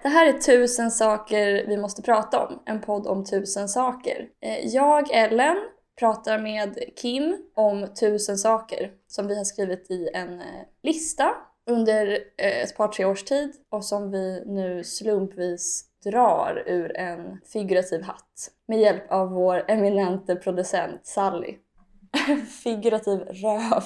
Det här är 1000 saker vi måste prata om. En podd om 1000 saker. Jag, Ellen, pratar med Kim om 1000 saker som vi har skrivit i en lista under ett par 3 års tid och som vi nu slumpvis drar ur en figurativ hatt med hjälp av vår eminente producent Sally. Figurativ röv.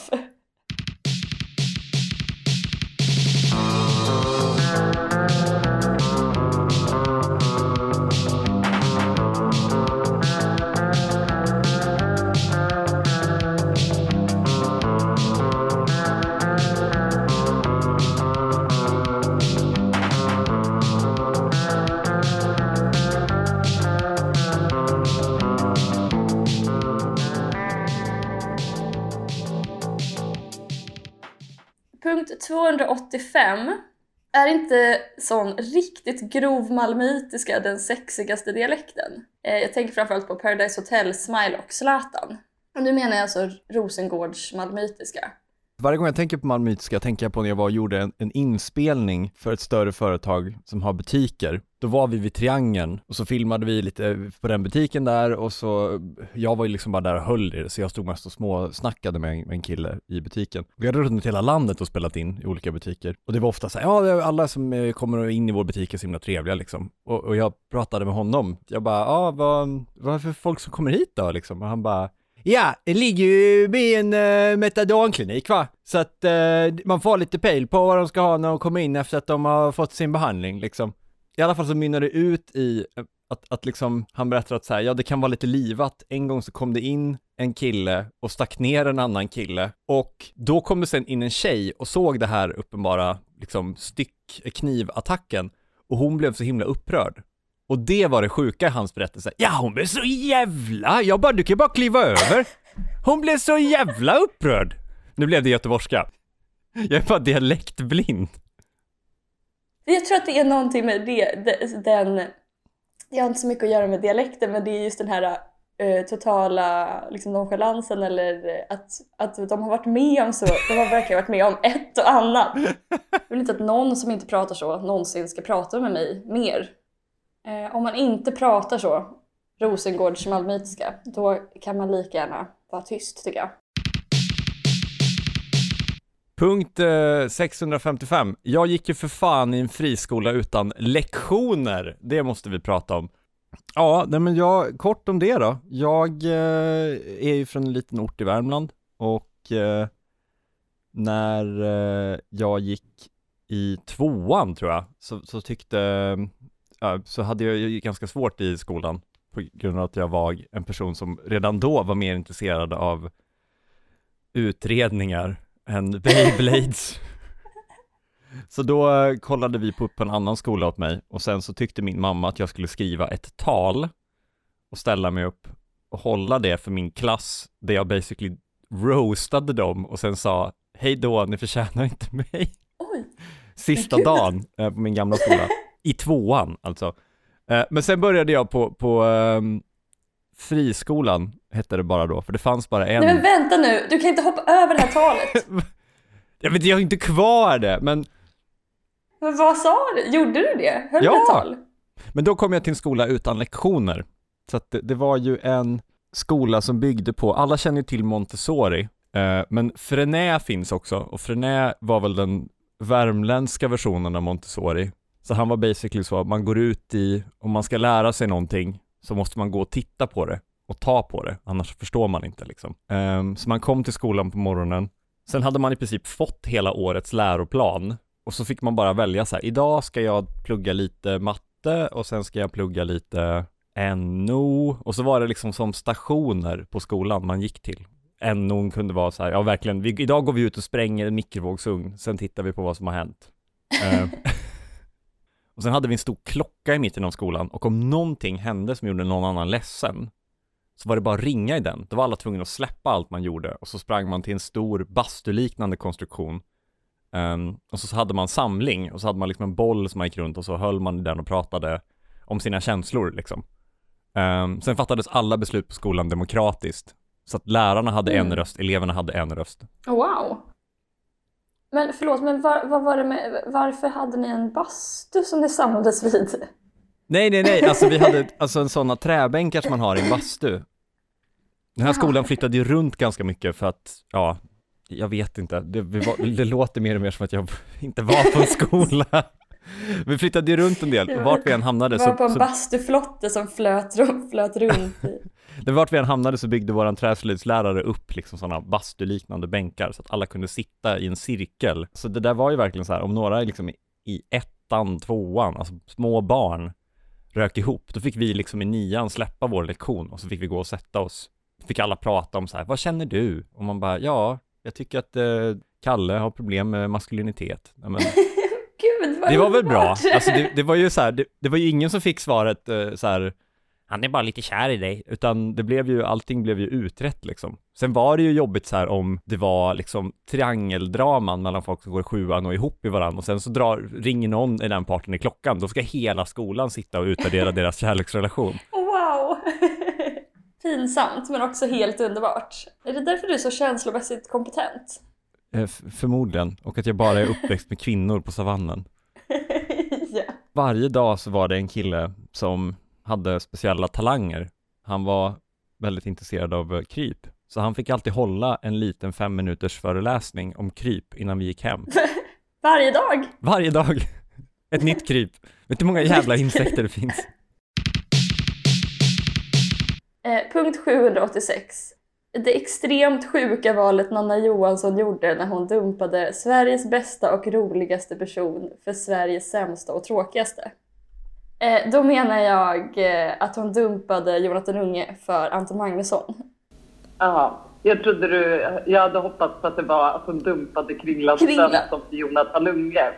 Punkt 285 är inte sån riktigt grov malmöitiska den sexigaste dialekten. Jag tänker framförallt på Paradise Hotel, Smile och Zlatan. Och nu menar jag alltså Rosengårds malmöitiska. Varje gång jag tänker på malmöitiska tänker jag på när jag var och gjorde en inspelning för ett större företag som har butiker. Då var vi vid Triangeln och så filmade vi lite på den butiken där och så, jag var ju liksom bara där och höll det, så jag stod mest och snackade med en kille i butiken. Vi hade runt hela landet och spelat in i olika butiker. Och det var ofta så här, ja, alla som kommer in i vår butik är så himla trevliga liksom. Och jag pratade med honom. Jag bara, ja, vad är för folk som kommer hit då liksom? Och han bara, ja, det ligger ju med en metadonklinik, va? Så att man får lite pejl på vad de ska ha när de kommer in efter att de har fått sin behandling liksom. I alla fall så mynnar det ut i att liksom, han berättar att så här, ja, det kan vara lite livat. En gång så kom det in en kille och stack ner en annan kille. Och då kom det sen in en tjej och såg det här uppenbara liksom, knivattacken. Och hon blev så himla upprörd. Och det var det sjuka i hans berättelse. Ja, hon blev så jävla... du kan bara kliva över. Hon blev så jävla upprörd. Nu blev det göteborgska. Jag är bara dialektblind. Jag tror att det är någonting med det har inte så mycket att göra med dialekten, men det är just den här totala liksom, nonchalansen eller att de har varit med om så. De har verkligen varit med om ett och annat. Jag vill inte att någon som inte pratar så någonsin ska prata med mig mer. Om man inte pratar så, Rosengårds malmöitiska, då kan man lika gärna vara tyst, tycker jag. Punkt 655. Jag gick ju för fan i en friskola utan lektioner. Det måste vi prata om. Ja, men kort om det då. Jag är ju från en liten ort i Värmland. Och när jag gick i 2:an tror jag, så hade jag ju ganska svårt i skolan. På grund av att jag var en person som redan då var mer intresserad av utredningar än Beyblades. Så då kollade vi på en annan skola åt mig. Och sen så tyckte min mamma att jag skulle skriva ett tal och ställa mig upp och hålla det för min klass, där jag basically roastade dem och sen sa, hej då, ni förtjänar inte mig. Oj. Sista dagen på min gamla skola. I 2:an alltså. Men sen började jag på friskolan, hette det bara då. För det fanns bara en... Nej, men vänta nu, du kan inte hoppa över det här talet. Jag har inte kvar det, men... Men vad sa du? Gjorde du det? Höll du ett tal? Men då kom jag till en skola utan lektioner. Så att det var ju en skola som byggde på... Alla känner ju till Montessori. Men Frené finns också. Och Frené var väl den värmländska versionen av Montessori. Så han var basically så att man går ut i... Om man ska lära sig någonting så måste man gå och titta på det. Och ta på det. Annars förstår man inte liksom. Så man kom till skolan på morgonen. Sen hade man i princip fått hela årets läroplan. Och så fick man bara välja så här. Idag ska jag plugga lite matte. Och sen ska jag plugga lite NO. Och så var det liksom som stationer på skolan man gick till. NO kunde vara så här. Ja verkligen. Idag går vi ut och spränger en mikrovågsugn. Sen tittar vi på vad som har hänt. Och sen hade vi en stor klocka i mitten av skolan. Och om någonting hände som gjorde någon annan ledsen, så var det bara att ringa i den. Då var alla tvungna att släppa allt man gjorde. Och så sprang man till en stor bastuliknande konstruktion. Och så hade man samling. Och så hade man liksom en boll som man gick runt. Och så höll man i den och pratade om sina känslor liksom. Sen fattades alla beslut på skolan demokratiskt. Så att lärarna hade en röst, eleverna hade en röst. Oh, wow. Men förlåt, men vad var det varför hade ni en bastu som ni samlades vid? Nej, alltså vi hade en sådana träbänkar som man har i en bastu. Den här skolan flyttade ju runt ganska mycket för att, ja, jag vet inte, det låter mer och mer som att jag inte var på en skola. Vi flyttade ju runt en del, och vart vi än hamnade var på en bastuflotte som flöt runt i. Vart vi än hamnade så byggde våran träslöjdslärare upp liksom sådana bastuliknande bänkar så att alla kunde sitta i en cirkel. Så det där var ju verkligen så här, om några liksom i 1:an, 2:an, alltså små barn rök ihop, då fick vi liksom i 9:an släppa vår lektion och så fick vi gå och sätta oss. Fick alla prata om så här, vad känner du? Och man bara, ja, jag tycker att Kalle har problem med maskulinitet. Ja, men Gud, vad det var väl bra. Alltså det var ju så här, det var ju ingen som fick svaret så här, han är bara lite kär i dig, utan allting blev ju utrett liksom. Sen var det ju jobbigt så här om det var liksom triangeldraman mellan folk som går i 7:an och ihop i varandra, och sen så ringer någon i den parten i klockan, då ska hela skolan sitta och utvärdera deras kärleksrelation. Wow! Pinsamt, men också helt underbart. Är det därför du är så känslomässigt kompetent? Förmodligen, och att jag bara är uppväxt med kvinnor på savannen. Ja. Varje dag så var det en kille som hade speciella talanger. Han var väldigt intresserad av kryp. Så han fick alltid hålla en liten 5 minuters föreläsning om kryp innan vi gick hem. Varje dag? Varje dag. Ett nytt kryp. Vet du hur många jävla insekter det finns? Punkt 786. Det extremt sjuka valet Nanna Johansson gjorde när hon dumpade Sveriges bästa och roligaste person för Sveriges sämsta och tråkigaste. Då menar jag att hon dumpade Jonathan Unge för Anton Magnusson. Ja, jag hade hoppats på att det var att hon dumpade Kringland Svensson för Jonathan Unge.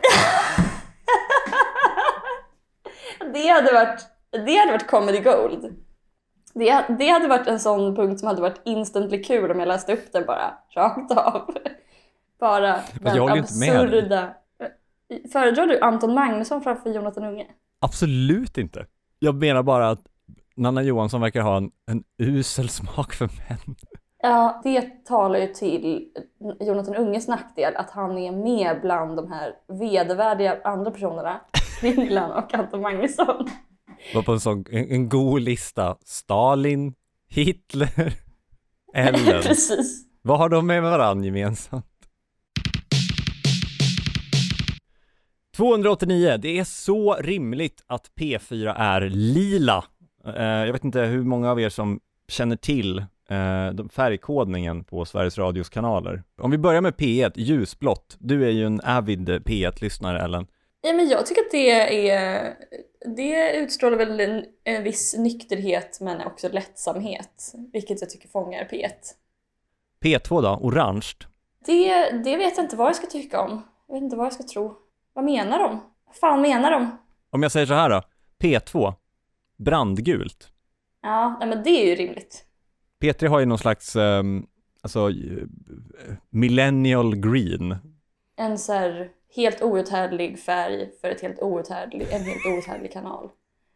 Det hade varit comedy gold. Det hade varit en sån punkt som hade varit instantly kul om jag läste upp den bara rakt av. Bara den absurda. Föredrar du Anton Magnusson framför Jonathan Unge? Absolut inte. Jag menar bara att Nanna Johansson verkar ha en usel smak för män. Ja, det talar ju till Jonathan Unges nackdel att han är med bland de här vedervärdiga andra personerna, Kringland och Anton Magnusson. Var på en god lista. Stalin, Hitler, Ellen. Precis. Vad har de med varandra gemensamt? 289. Det är så rimligt att P4 är lila. Jag vet inte hur många av er som känner till färgkodningen på Sveriges Radios kanaler. Om vi börjar med P1, ljusblått. Du är ju en avid P1-lyssnare, Ellen. Ja, men jag tycker att det utstrålar väl en viss nykterhet men också lättsamhet, vilket jag tycker fångar P1. P2 då, orange. Det vet jag inte vad jag ska tycka om. Jag vet inte vad jag ska tro. Vad menar de? Vad fan menar de? Om jag säger så här då, P2, brandgult. Ja, men det är ju rimligt. P3 har ju någon slags millennial green. En så här helt outhärdlig färg för en helt outhärdlig kanal.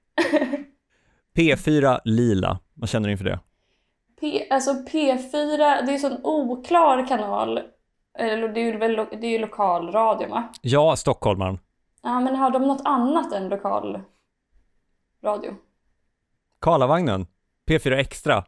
P4 lila. Vad känner du inför det? P4, det är ju sån oklar kanal. Det är ju lokalradio, va? Ja, Stockholmaren. Ja, men har de något annat än lokal radio? Karlavagnen. P4 Extra.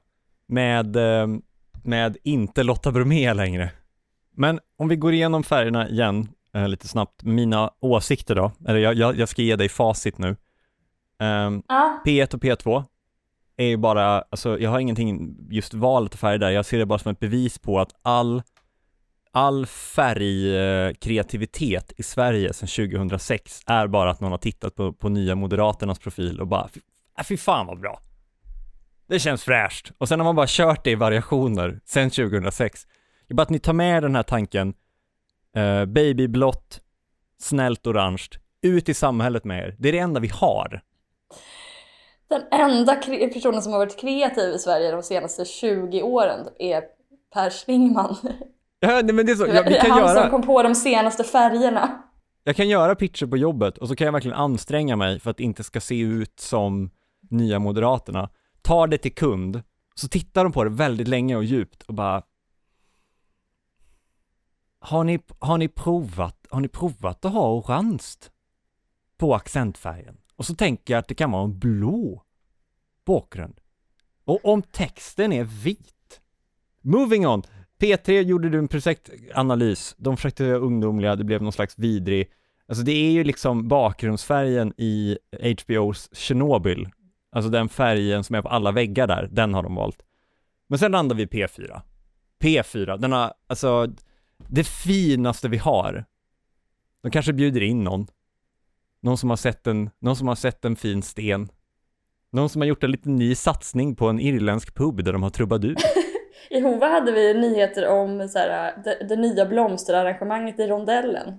Med inte Lotta Bromé längre. Men om vi går igenom färgerna igen lite snabbt. Mina åsikter då. Eller jag ska ge dig facit nu. P1 och P2 är ju bara, alltså jag har ingenting just valet av färger där. Jag ser det bara som ett bevis på att all färgkreativitet i Sverige sedan 2006 är bara att någon har tittat på nya Moderaternas profil och bara, fy fan vad bra. Det känns fräscht. Och sen har man bara kört det i variationer sedan 2006. Det är bara att ni tar med den här tanken, babyblått, snällt orange, ut i samhället med er. Det är det enda vi har. Den enda personen som har varit kreativ i Sverige de senaste 20 åren är Per Schlingmann. Ja, men det är så. Vi kan han som kom på de senaste färgerna. Jag kan göra pitcher på jobbet och så kan jag verkligen anstränga mig för att det inte ska se ut som nya Moderaterna. Tar det till kund, så tittar de på det väldigt länge och djupt och bara har ni provat att ha orange på accentfärgen? Och så tänker jag att det kan vara en blå bakgrund. Och om texten är vit. Moving on. P3 gjorde du en projektanalys. De försökte göra ungdomliga, det blev någon slags vidrig. Alltså det är ju liksom bakgrundsfärgen i HBOs Chernobyl. Alltså den färgen som är på alla väggar där, den har de valt. Men sen landar vi P4. P4, den har, alltså det finaste vi har. De kanske bjuder in någon som har sett en fin sten. Någon som har gjort en liten ny satsning på en irländsk pub där de har trubadur. I Hova hade vi nyheter om så här, det nya blomsterarrangemanget i rondellen.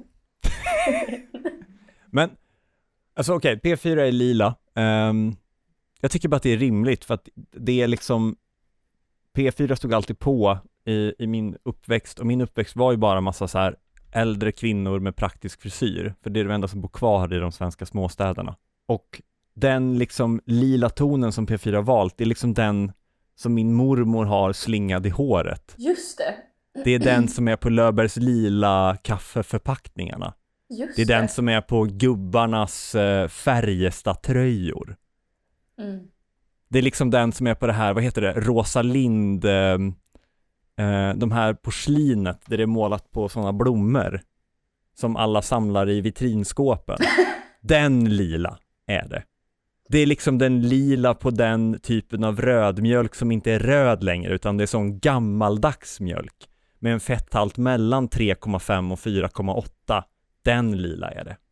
Men, alltså okej, P4 är lila. Jag tycker bara att det är rimligt för att det är liksom P4 stod alltid på i min uppväxt, och min uppväxt var ju bara massa så här äldre kvinnor med praktisk frisyr, för det är det enda som bor kvar i de svenska småstäderna. Och den liksom lila tonen som P4 valt, det är liksom den som min mormor har slingad i håret. Just det. Det är den som är på Löfbergs lila kaffeförpackningarna. Just det är den som är på gubbarnas Färjestad-tröjor. Det är liksom den som är på det här, vad heter det, Rosalind, de här porslinet där det är målat på sådana blommor som alla samlar i vitrinskåpen. Den lila är det. Det är liksom den lila på den typen av rödmjölk som inte är röd längre, utan det är sån gammaldags mjölk med en fetthalt mellan 3,5 och 4,8. Den lila är det.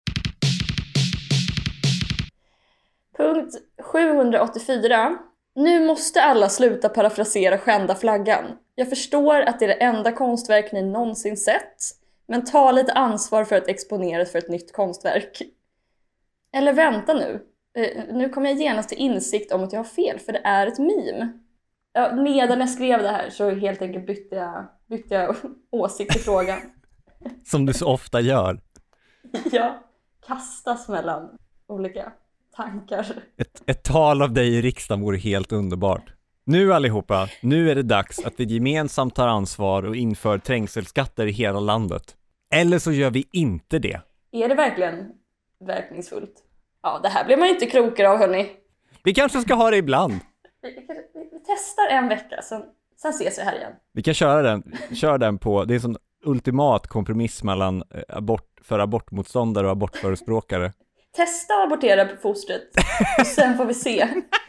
Punkt 784. Nu måste alla sluta parafrasera skända flaggan. Jag förstår att det är det enda konstverk ni någonsin sett, men ta lite ansvar för att exponeras för ett nytt konstverk. Eller vänta nu. Nu kommer jag genast till insikt om att jag har fel, för det är ett meme. Ja, medan jag skrev det här så helt enkelt bytte jag åsikt i frågan. Som du så ofta gör. Ja, kastas mellan olika tankar. Ett tal av dig i riksdagen vore helt underbart. Nu allihopa, nu är det dags att vi gemensamt tar ansvar och inför trängselskatter i hela landet. Eller så gör vi inte det. Är det verkligen verkningsfullt? Ja, det här blir man ju inte klokare av, hörni. Vi kanske ska ha det ibland. Vi testar en vecka, sen ses vi här igen. Vi kan köra den på, det är en sån ultimat kompromiss mellan abortmotståndare och abortförespråkare. Testa att abortera på fostret, och sen får vi se.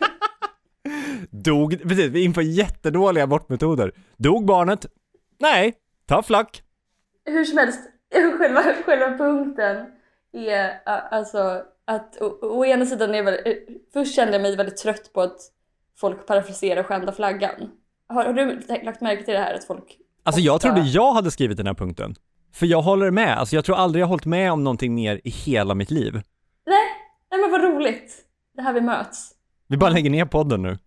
Precis, vi inför jättedåliga abortmetoder. Dog barnet? Nej, ta flack. Hur som helst, själva punkten är alltså att å ena sidan först kände jag mig väldigt trött på att folk parafraserar skända flaggan. Har du lagt märke till det här att folk... Alltså jag trodde jag hade skrivit den här punkten. För jag håller med, alltså jag tror aldrig jag har hållit med om någonting mer i hela mitt liv. Nej men vad roligt. Det här vi möts. Vi bara lägger ner podden nu.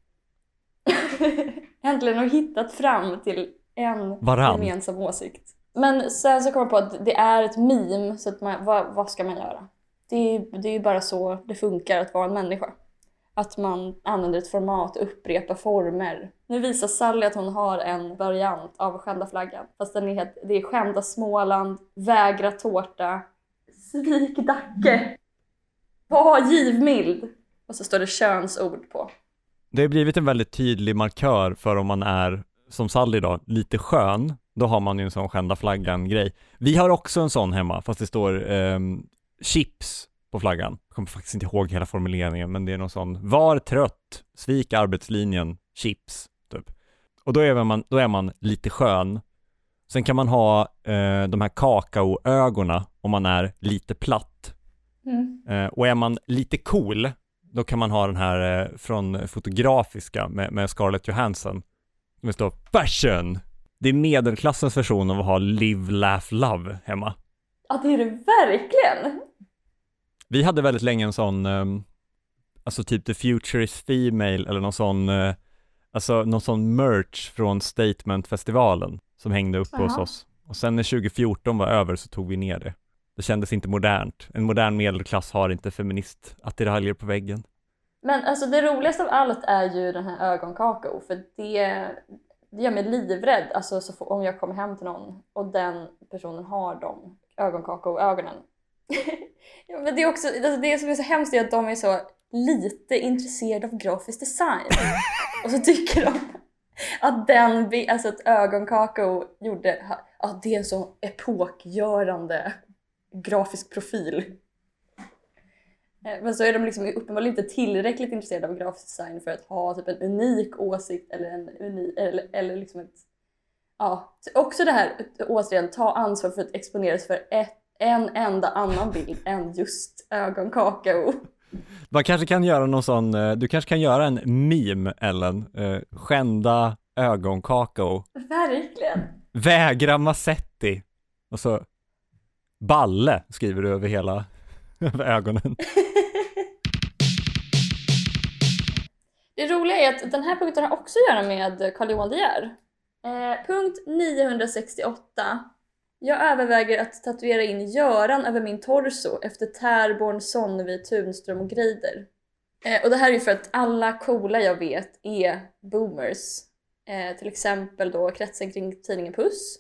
Äntligen har hittat fram till en gemensam åsikt. Men sen så kom jag på att det är ett meme, så att vad ska man göra? Det är ju bara så det funkar att vara en människa. Att man använder ett format och upprepar former. Nu visar Sally att hon har en variant av skända flaggan. Fast det är skända Småland, vägra tårta, svik Dacke, var givmild. Och så står det könsord på. Det har blivit en väldigt tydlig markör för om man är, som Sally då, lite skön. Då har man ju en sån skända flaggan-grej. Vi har också en sån hemma, fast det står chips på flaggan. Jag kommer faktiskt inte ihåg hela formuleringen, men det är någon sån: var trött, svik arbetslinjen, chips, typ. Och då är man lite skön. Sen kan man ha de här kakaoögonen om man är lite platt. Och är man lite cool, då kan man ha den här från Fotografiska med Scarlett Johansson. Det står fashion. Det är medelklassens version av att ha live, laugh, love hemma. Ja, det är det verkligen. Vi hade väldigt länge en sån, alltså typ The Future is Female, eller någon sån merch från Statement-festivalen som hängde upp hos oss. Och sen när 2014 var över så tog vi ner det. Det kändes inte modernt. En modern medelklass har inte feministattiraljer på väggen. Men alltså det roligaste av allt är ju den här ögonkakao. För det gör mig livrädd. Alltså om jag kommer hem till någon och den personen har de ögonkakor-ögonen. Ja, men det är också, alltså det som är så hemskt är att de är så lite intresserade av grafisk design. Och så tycker de att att ögonkako gjorde, att det är en så epokgörande grafisk profil. Men så är de liksom uppenbarligen inte tillräckligt intresserade av grafisk design för att ha typ en unik åsikt eller liksom ett... Ja, så också det här, återigen, ta ansvar för att exponeras för en enda annan bild än just ögonkakao. Man kanske kan göra någon sån, du kanske kan göra en meme, Ellen. Skända ögonkakao. Verkligen. Vägra Massetti. Och så Balle skriver du över hela över ögonen. Det roliga är att den här punkten har också att göra med Carl Johan De Geer. Punkt 968. Jag överväger att tatuera in Göran över min torso efter Tärborn, Sonnevi, Tunström och Greider. Och det här är ju för att alla coola jag vet är boomers. Till exempel då kretsen kring tidningen Puss.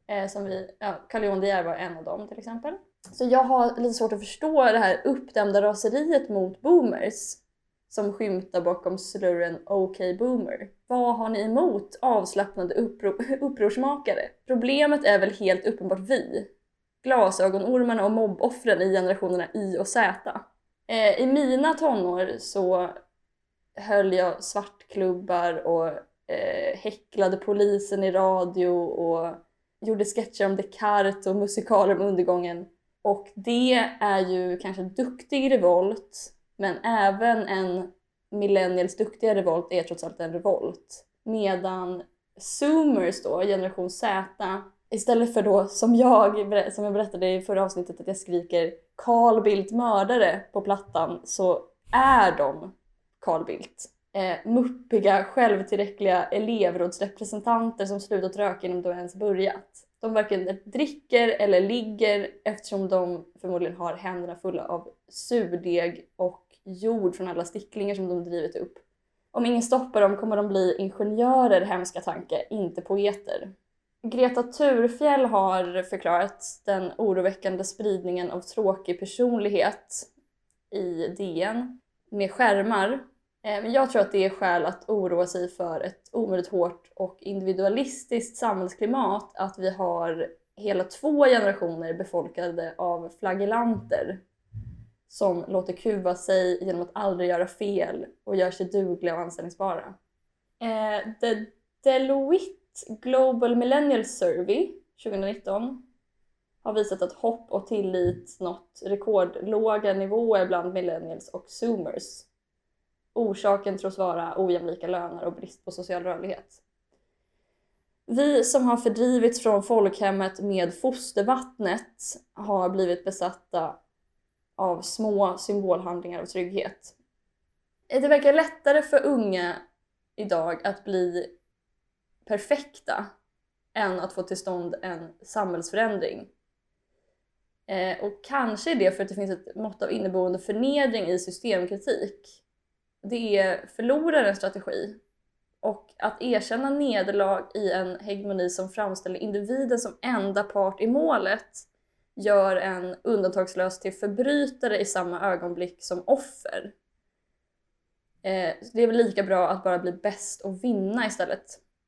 Carl Johan De Geer var en av dem till exempel. Så jag har lite svårt att förstå det här uppdämda raseriet mot boomers som skymtar bakom slurren OK Boomer. Vad har ni emot avslappnade upprorsmakare? Problemet är väl helt uppenbart vi. Glasögonormarna och mobboffren i generationerna Y och Z. I mina tonår så höll jag svartklubbar och häcklade polisen i radio och gjorde sketcher om Descartes och musikaler om undergången. Och det är ju kanske duktig revolt, men även en millennials duktiga revolt är trots allt en revolt. Medan Zoomers då, generation Z, istället för då som jag berättade i förra avsnittet att jag skriker Carl Bildt mördare på plattan, så är de Carl Bildt. Muppiga, självtillräckliga elevrådsrepresentanter som slutat röka innan de ens börjat. De varken dricker eller ligger eftersom de förmodligen har händerna fulla av surdeg och jord från alla sticklingar som de drivit upp. Om ingen stoppar dem kommer de bli ingenjörer, hemska tanke, inte poeter. Greta Thurfjell har förklarat den oroväckande spridningen av tråkig personlighet i DN med skärmar. Men jag tror att det är skäl att oroa sig för ett omöjligt hårt och individualistiskt samhällsklimat, att vi har hela 2 generationer befolkade av flagellanter som låter kuva sig genom att aldrig göra fel och gör sig dugliga och anställningsbara. The Deloitte Global Millennial Survey 2019 har visat att hopp och tillit nått rekordlåga nivåer bland millennials och zoomers. Orsaken tros vara ojämlika löner och brist på social rörlighet. Vi som har fördrivits från folkhemmet med fostervattnet har blivit besatta av små symbolhandlingar av trygghet. Det verkar lättare för unga idag att bli perfekta än att få till stånd en samhällsförändring. Och kanske är det för att det finns ett mått av inneboende förnedring i systemkritik. Det är förlorarens strategi. Och att erkänna nederlag i en hegemoni som framställer individen som enda part i målet gör en undantagslös till förbrytare i samma ögonblick som offer. Det är väl lika bra att bara bli bäst och vinna istället.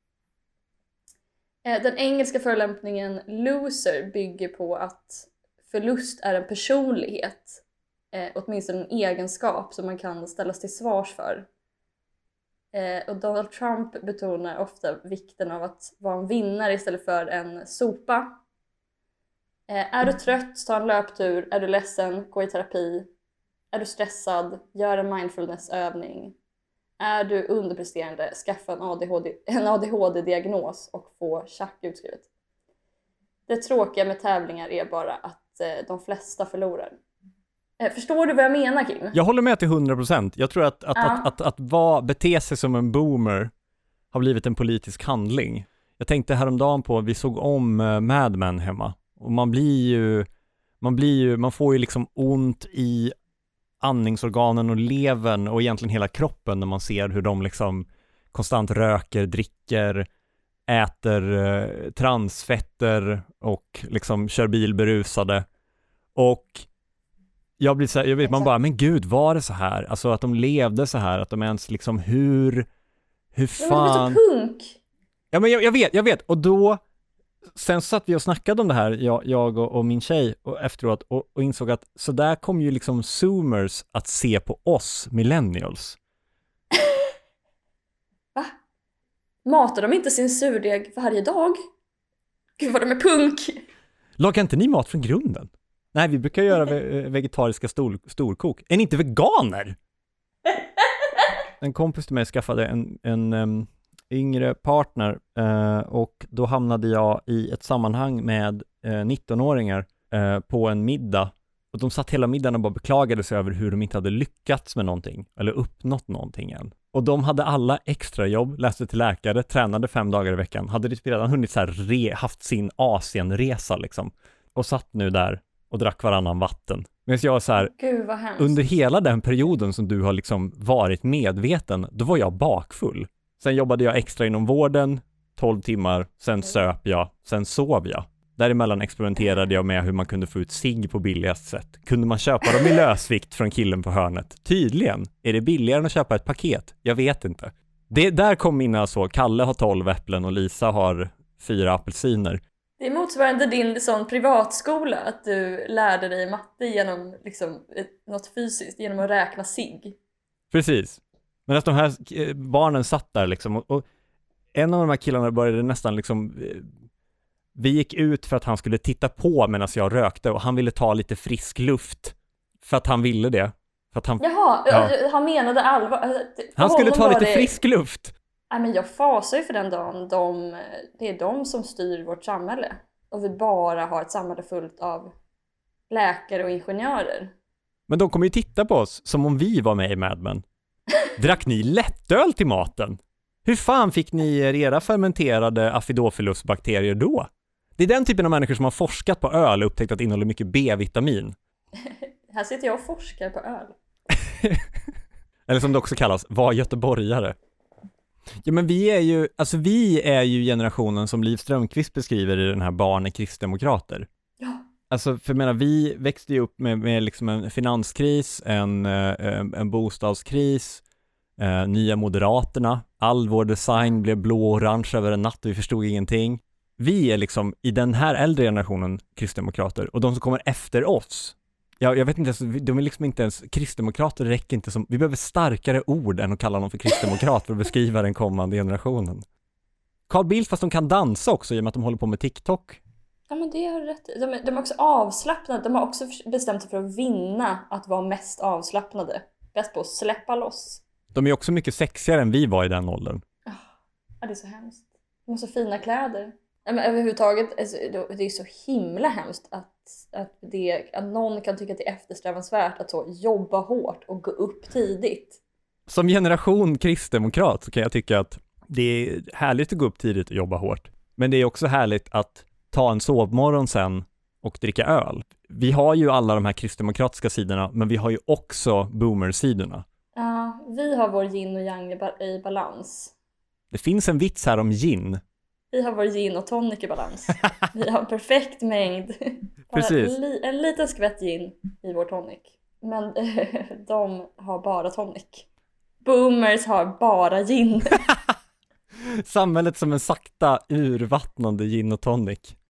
Den engelska förolämpningen loser bygger på att förlust är en personlighet. Åtminstone en egenskap som man kan ställas till svars för. Och Donald Trump betonar ofta vikten av att vara en vinnare istället för en sopa. Är du trött, ta en löptur. Är du ledsen, gå i terapi. Är du stressad, gör en mindfulnessövning. Är du underpresterande, skaffa en ADHD-diagnos och få tjack utskrivet. Det tråkiga med tävlingar är bara att de flesta förlorar. Förstår du vad jag menar, Kim? Jag håller med till 100%. Jag tror att bete sig som en boomer har blivit en politisk handling. Jag tänkte häromdagen på, vi såg om Mad Men hemma. Och man får ju liksom ont i andningsorganen och levern och egentligen hela kroppen när man ser hur de liksom konstant röker, dricker, äter transfetter och liksom kör bil berusade. Och jag blir så här, jag vet, man bara, men gud, var det så här? Alltså att de levde så här, att de ens liksom, hur fan... Men det är så punk! Ja, men jag vet. Och då, sen satt vi och snackade om det här, jag och min tjej och efteråt, och insåg att så där kom ju liksom zoomers att se på oss millennials. Va? Matar de inte sin surdeg varje dag? Gud vad de är punk! Lagar inte ni mat från grunden? Nej, vi brukar göra vegetariska storkok. Är ni inte veganer? En kompis till mig skaffade en yngre partner och då hamnade jag i ett sammanhang med 19-åringar på en middag. Och de satt hela middagen och bara beklagade sig över hur de inte hade lyckats med någonting eller uppnått någonting än. Och de hade alla extra jobb, läste till läkare, tränade 5 dagar i veckan, hade redan hunnit så här haft sin Asienresa liksom. Och satt nu där och drack varannan vatten. Men jag så här, Gud vad hemskt. under hela den perioden som du har liksom varit medveten, då var jag bakfull. Sen jobbade jag extra inom vården, 12 timmar, sen söp jag, sen sov jag. Däremellan experimenterade jag med hur man kunde få ut cigg på billigast sätt. Kunde man köpa dem i lösvikt från killen på hörnet? Tydligen. Är det billigare än att köpa ett paket? Jag vet inte. Där kom mina så, Kalle har 12 äpplen och Lisa har 4 apelsiner. Det är motsvarande din sån privatskola, att du lärde dig matte genom liksom, något fysiskt, genom att räkna cigg. Precis. Men att de här barnen satt där liksom, och en av de här killarna började nästan liksom, vi gick ut för att han skulle titta på medan jag rökte, och han ville ta lite frisk luft för att han ville det. För att han, han menade allvar. Han skulle ta lite frisk luft. Nej, men jag fasar ju för den dagen det är de som styr vårt samhälle. Och vi bara har ett samhälle fullt av läkare och ingenjörer. Men de kommer ju titta på oss som om vi var med i Mad Men. Drack ni lättöl till maten? Hur fan fick ni era fermenterade Acidophilus-bakterier då? Det är den typen av människor som har forskat på öl och upptäckt att det innehåller mycket B-vitamin. Här sitter jag och forskar på öl. Eller som det också kallas, var göteborgare. Ja, men vi är ju generationen som Liv Strömquist beskriver i den här Barn är kristdemokrater. Ja. Alltså, för jag menar, vi växte ju upp med liksom en finanskris, en bostadskris, nya Moderaterna. All vår design blev blå-orange över en natt och vi förstod ingenting. Vi är liksom i den här äldre generationen kristdemokrater, och de som kommer efter oss, jag vet inte, de är liksom inte ens, kristdemokrater räcker inte som, vi behöver starkare ord än att kalla dem för kristdemokrat för att beskriva den kommande generationen. Carl Bildt, fast de kan dansa också i och med att de håller på med TikTok. Ja, men det är rätt. De är också avslappnade. De har också bestämt sig för att vinna att vara mest avslappnade. Bäst på att släppa loss. De är också mycket sexigare än vi var i den åldern. Ja, det är så hemskt. De har så fina kläder. Men överhuvudtaget, alltså, det är så himla hemskt att någon kan tycka att det är eftersträvansvärt att så jobba hårt och gå upp tidigt. Som generation kristdemokrat så kan jag tycka att det är härligt att gå upp tidigt och jobba hårt. Men det är också härligt att ta en sovmorgon sen och dricka öl. Vi har ju alla de här kristdemokratiska sidorna, men vi har ju också boomer-sidorna. Ja, vi har vår yin och yang i balans. Det finns en vits här om gin. Vi har vår gin och tonic i balans. Vi har en perfekt mängd. Precis. En liten skvätt gin i vår tonic. Men de har bara tonic. Boomers har bara gin. Samhället som en sakta urvattnande gin och tonic.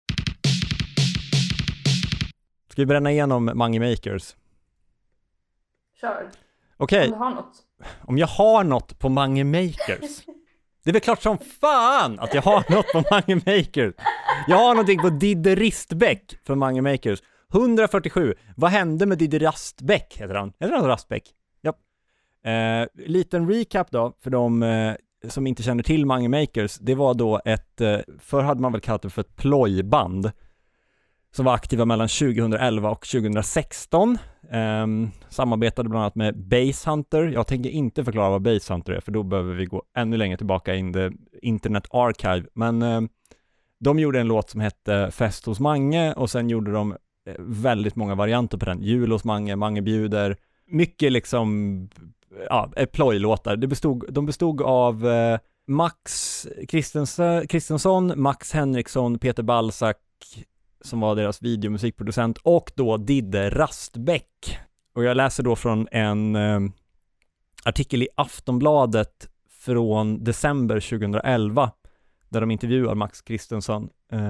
Ska vi bränna igenom Mange Makers? Kör. Okej. Om du har något. Om jag har något på Mange Makers. Det är väl klart som fan att jag har något på Mange Makers. Jag har någonting på Didde Ristbäck från Mange Makers. 147. Vad hände med Didde Rastbäck? Heter han Rastbäck? Ja. Liten recap då för de som inte känner till Mange Makers. Det var då förr hade man väl kallat det för ett plojband som var aktiva mellan 2011 och 2016. Samarbetade bland annat med Basshunter. Jag tänker inte förklara vad Basshunter är, för då behöver vi gå ännu längre tillbaka in the Internet Archive. Men de gjorde en låt som hette Fest hos Mange, och sen gjorde de väldigt många varianter på den. Jul hos Mange, Mange bjuder. Mycket liksom plojlåtar. De bestod av Max Kristensson, Max Henriksson, Peter Balsak som var deras videomusikproducent och då Didde Rastbäck. Och jag läser då från en artikel i Aftonbladet från december 2011 där de intervjuar Max Kristensson.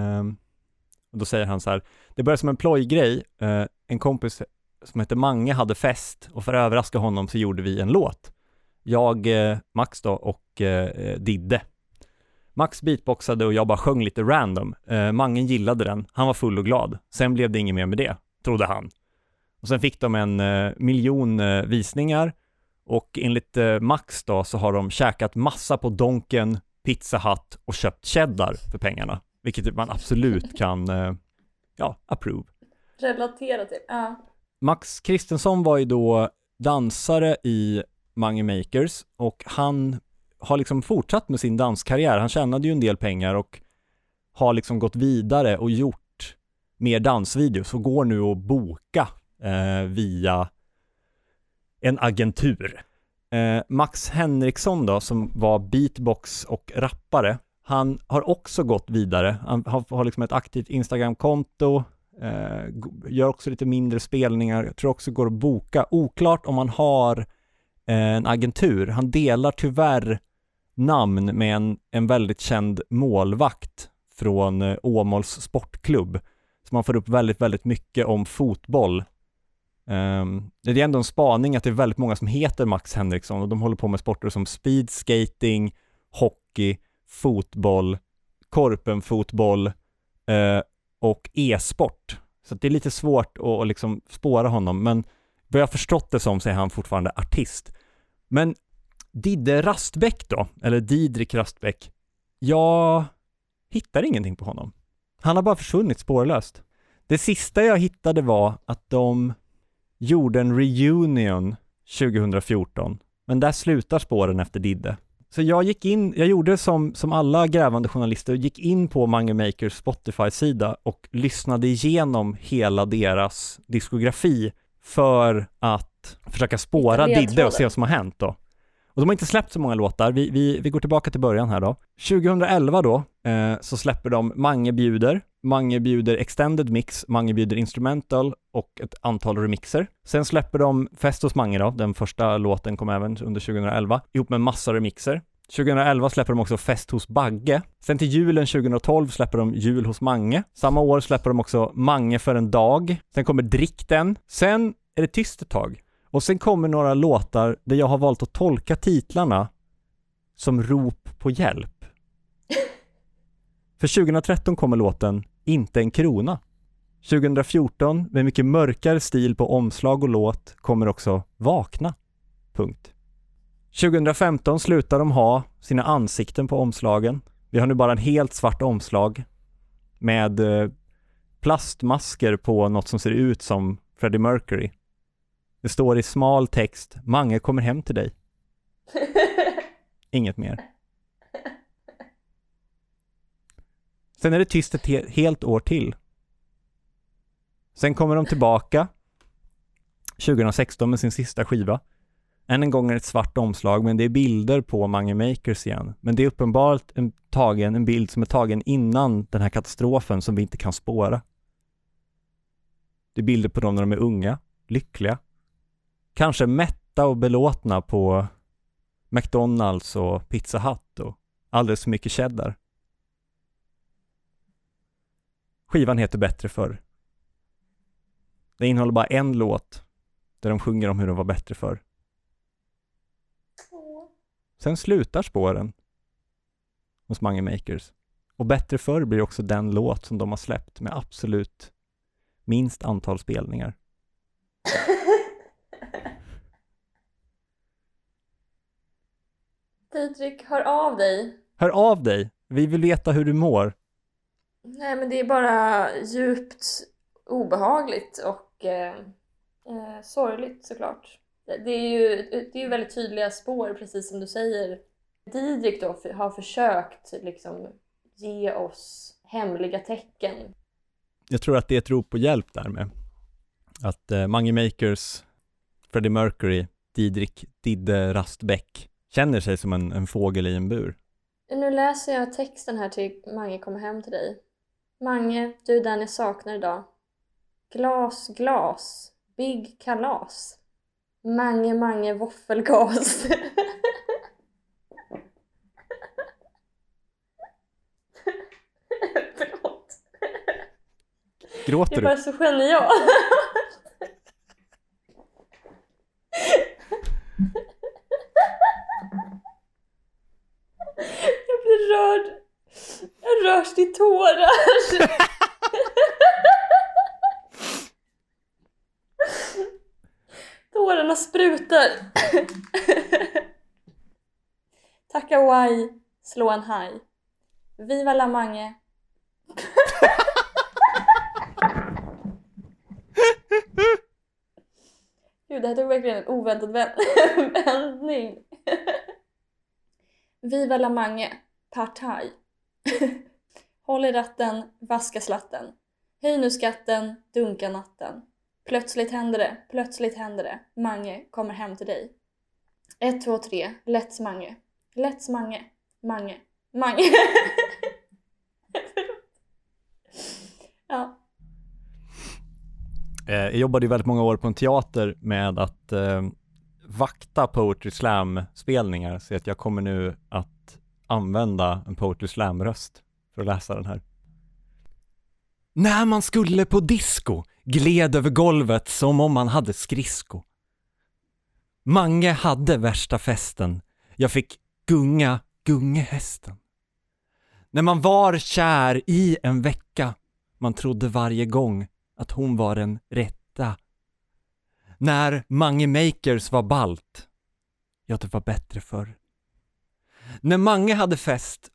Och då säger han så här: det började som en plojgrej. En kompis som heter Mange hade fest och för att överraska honom så gjorde vi en låt. Jag, Max då och Didde. Max beatboxade och jag bara sjöng lite random. Mange gillade den. Han var full och glad. Sen blev det inget mer med det, trodde han. Och sen fick de 1 miljon visningar. Och enligt Max då så har de käkat massa på Donken, Pizza Hut och köpt cheddar för pengarna. Vilket man absolut kan approve. Relatera till, ja. Max Kristensson var ju då dansare i Mange Makers och han har liksom fortsatt med sin danskarriär. Han tjänade ju en del pengar och har liksom gått vidare och gjort mer dansvideos och går nu att boka via en agentur. Max Henriksson då, som var beatbox och rappare, han har också gått vidare. Han har liksom ett aktivt Instagram-konto, gör också lite mindre spelningar. Jag tror också går att boka. Oklart om han har en agentur. Han delar tyvärr namn med en väldigt känd målvakt från Åmåls sportklubb. Så man får upp väldigt, väldigt mycket om fotboll. Det är ändå en spaning att det är väldigt många som heter Max Henriksson och de håller på med sporter som speedskating, hockey, fotboll, korpenfotboll och e-sport. Så det är lite svårt att liksom spåra honom, men vad jag förstått det som så är han fortfarande artist. Men Didde Rastbäck då, eller Didrik Rastbäck, jag hittar ingenting på honom. Han har bara försvunnit spårlöst. Det sista jag hittade var att de gjorde en reunion 2014, men där slutar spåren efter Didde. Så jag gjorde som alla grävande journalister, gick in på Mange Makers Spotify-sida och lyssnade igenom hela deras diskografi för att försöka spåra Didde och se vad som har hänt då. Och de har inte släppt så många låtar. Vi går tillbaka till början här då. 2011 då så släpper de Mange bjuder Extended Mix, Mange bjuder Instrumental och ett antal remixer. Sen släpper de Fest hos Mange då. Den första låten kom även under 2011 ihop med massa remixer. 2011 släpper de också Fest hos Bagge. Sen till julen 2012 släpper de Jul hos Mange. Samma år släpper de också Mange för en dag. Sen kommer Drick den. Sen är det tyst ett tag. Och sen kommer några låtar där jag har valt att tolka titlarna som rop på hjälp. För 2013 kommer låten Inte en krona. 2014 med mycket mörkare stil på omslag och låt kommer också Vakna. Punkt. 2015 slutar de ha sina ansikten på omslagen. Vi har nu bara en helt svart omslag med plastmasker på något som ser ut som Freddie Mercury. Det står i smal text: Mange kommer hem till dig. Inget mer. Sen är det tyst ett helt år till. Sen kommer de tillbaka 2016 med sin sista skiva. Än en gång är det ett svart omslag, men det är bilder på Mange Makers igen. Men det är uppenbart en bild som är tagen innan den här katastrofen som vi inte kan spåra. Det är bilder på dem när de är unga, lyckliga. Kanske mätta och belåtna på McDonald's och Pizza Hut och alldeles för mycket cheddar. Skivan heter Bättre förr. Det innehåller bara en låt där de sjunger om hur de var bättre förr. Sen slutar spåren hos Mange Makers. Och Bättre förr blir också den låt som de har släppt med absolut minst antal spelningar. Didrik, hör av dig. Hör av dig. Vi vill veta hur du mår. Nej, men det är bara djupt obehagligt och sorgligt såklart. Det är ju väldigt tydliga spår, precis som du säger. Didrik då har försökt liksom ge oss hemliga tecken. Jag tror att det är ett rop på hjälp där med. Att Mange Makers, Freddie Mercury, Didrik Didde Rastbäck känner sig som en fågel i en bur. Nu läser jag texten här till Mange kommer hem till dig. Mange, du är den jag saknar idag. Glas, glas. Big kalas. Mange, våffelgas. Förlåt. Gråter Det är du? bara så genial. Jag blir rörd. Jag rörs till tårar. Tårarna sprutar. Tacka Hawaii, slå en haj. Viva la Mange. Gud, det här tog verkligen en oväntad vändning. Viva la Mange, partaj. Håll i ratten, vaska slatten. Höj nu skatten, dunka natten. Plötsligt händer det. Mange kommer hem till dig. 1, 2, 3, let's Mange. Let's Mange. Mange. Ja. Jag jobbade ju väldigt många år på en teater med att vakta Poetry Slam-spelningar, så att jag kommer nu att använda en Poetry Slam-röst för att läsa den här. När man skulle på disco gled över golvet som om man hade skridsko. Mange hade värsta festen. Jag fick gunga gungehästen. När man var kär i en vecka, man trodde varje gång att hon var den rätta. När Mange Makers var balt, ja, det var bättre förr. När Mange hade fest,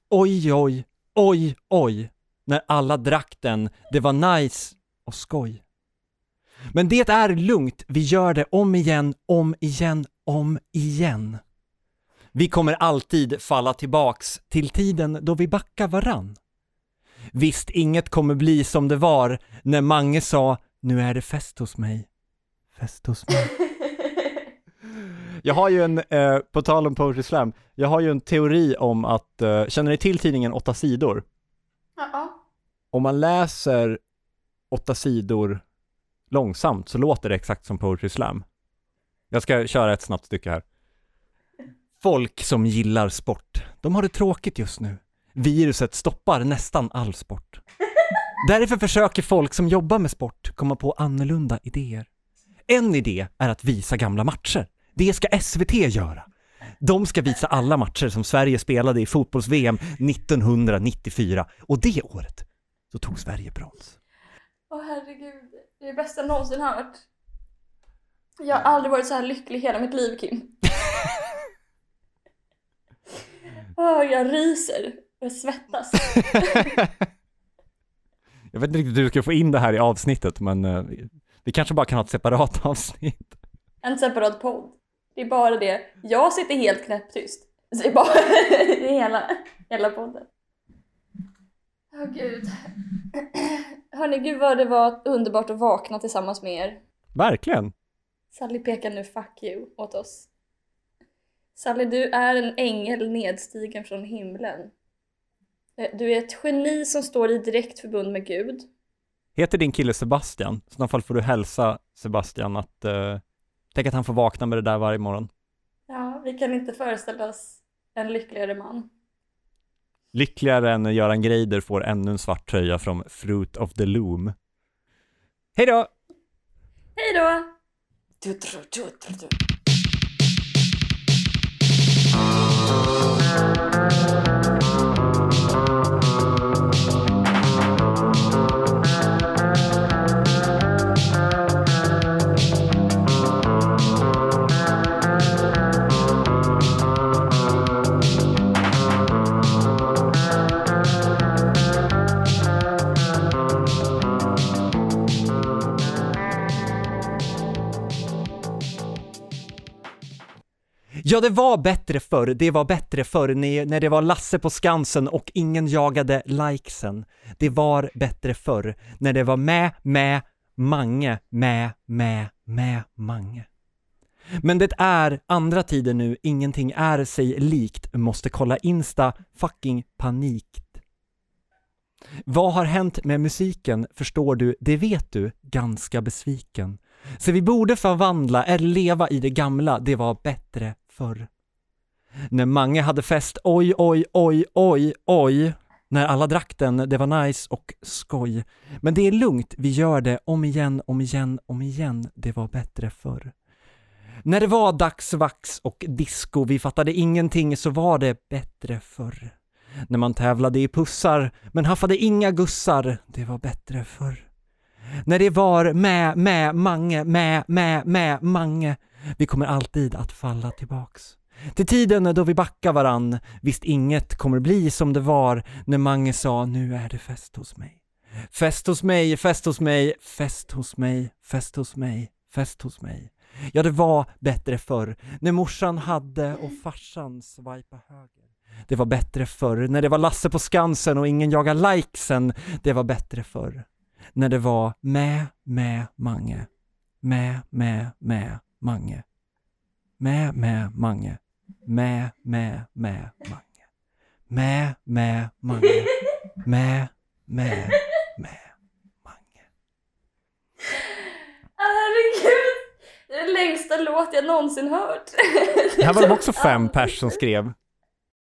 oj. När alla drack den, det var nice och skoj. Men det är lugnt, vi gör det om igen. Vi kommer alltid falla tillbaks till tiden då vi backar varann. Visst, inget kommer bli som det var när Mange sa, nu är det fest hos mig. Jag har ju en, på tal om Poetry Slam, jag har ju en teori om att, känner ni till tidningen 8 sidor? Ja. Om man läser 8 sidor långsamt så låter det exakt som Poetry Slam. Jag ska köra ett snabbt stycke här. Folk som gillar sport, de har det tråkigt just nu. Viruset stoppar nästan all sport. Därför försöker folk som jobbar med sport komma på annorlunda idéer. En idé är att visa gamla matcher. Det ska SVT göra. De ska visa alla matcher som Sverige spelade i fotbolls-VM 1994. Och det året så tog Sverige brons. Åh herregud, det är det bästa jag någonsin hört. Jag har aldrig varit så här lycklig i hela mitt liv, Kim. Jag ryser. Jag svettas. Jag vet inte riktigt hur du ska få in det här i avsnittet, men vi kanske bara kan ha ett separat avsnitt. En separat podd. Det är bara det. Jag sitter helt knäpptyst. Så det är bara hela podden. Åh gud. Hörni, gud vad det var underbart att vakna tillsammans med er. Verkligen. Sally pekar nu fuck you åt oss. Sally, du är en ängel nedstigen från himlen. Du är ett geni som står i direkt förbund med Gud. Heter din kille Sebastian? I så fall får du hälsa Sebastian att tänk att han får vakna med det där varje morgon. Ja, vi kan inte föreställa oss en lyckligare man. Lyckligare än Göran Greider får ännu en svart tröja från Fruit of the Loom. Hej då! Hej då! Ja, det var bättre förr. Det var bättre förr när det var Lasse på Skansen och ingen jagade likesen. Det var bättre förr när det var med Mange. Men det är andra tider nu, ingenting är sig likt. Måste kolla Insta, fucking panikt. Vad har hänt med musiken, förstår du, det vet du, ganska besviken. Så vi borde förvandla eller leva i det gamla, det var bättre förr. När många hade fest, oj, oj, oj, oj, oj. När alla drack den, det var nice och skoj. Men det är lugnt, vi gör det om igen, om igen, om igen, det var bättre förr. När det var dagsvax och disco, vi fattade ingenting, så var det bättre förr. När man tävlade i pussar, men haffade inga gussar, det var bättre förr. När det var med mange, vi kommer alltid att falla tillbaks. Till tiden då vi backar varann, visst inget kommer bli som det var när mange sa, nu är det fest hos mig. Fest hos mig, fest hos mig, fest hos mig, fest hos mig, fest hos mig. Ja, det var bättre förr, när morsan hade och farsan swipa höger. Det var bättre förr, när det var Lasse på Skansen och ingen jagar likesen. Det var bättre förr, när det var med mange. Med mange. Med mange. Med mange. Med mange. Med mange. Herregud, det är den längsta låt jag någonsin hört. Det här var de också 5 pers som skrev.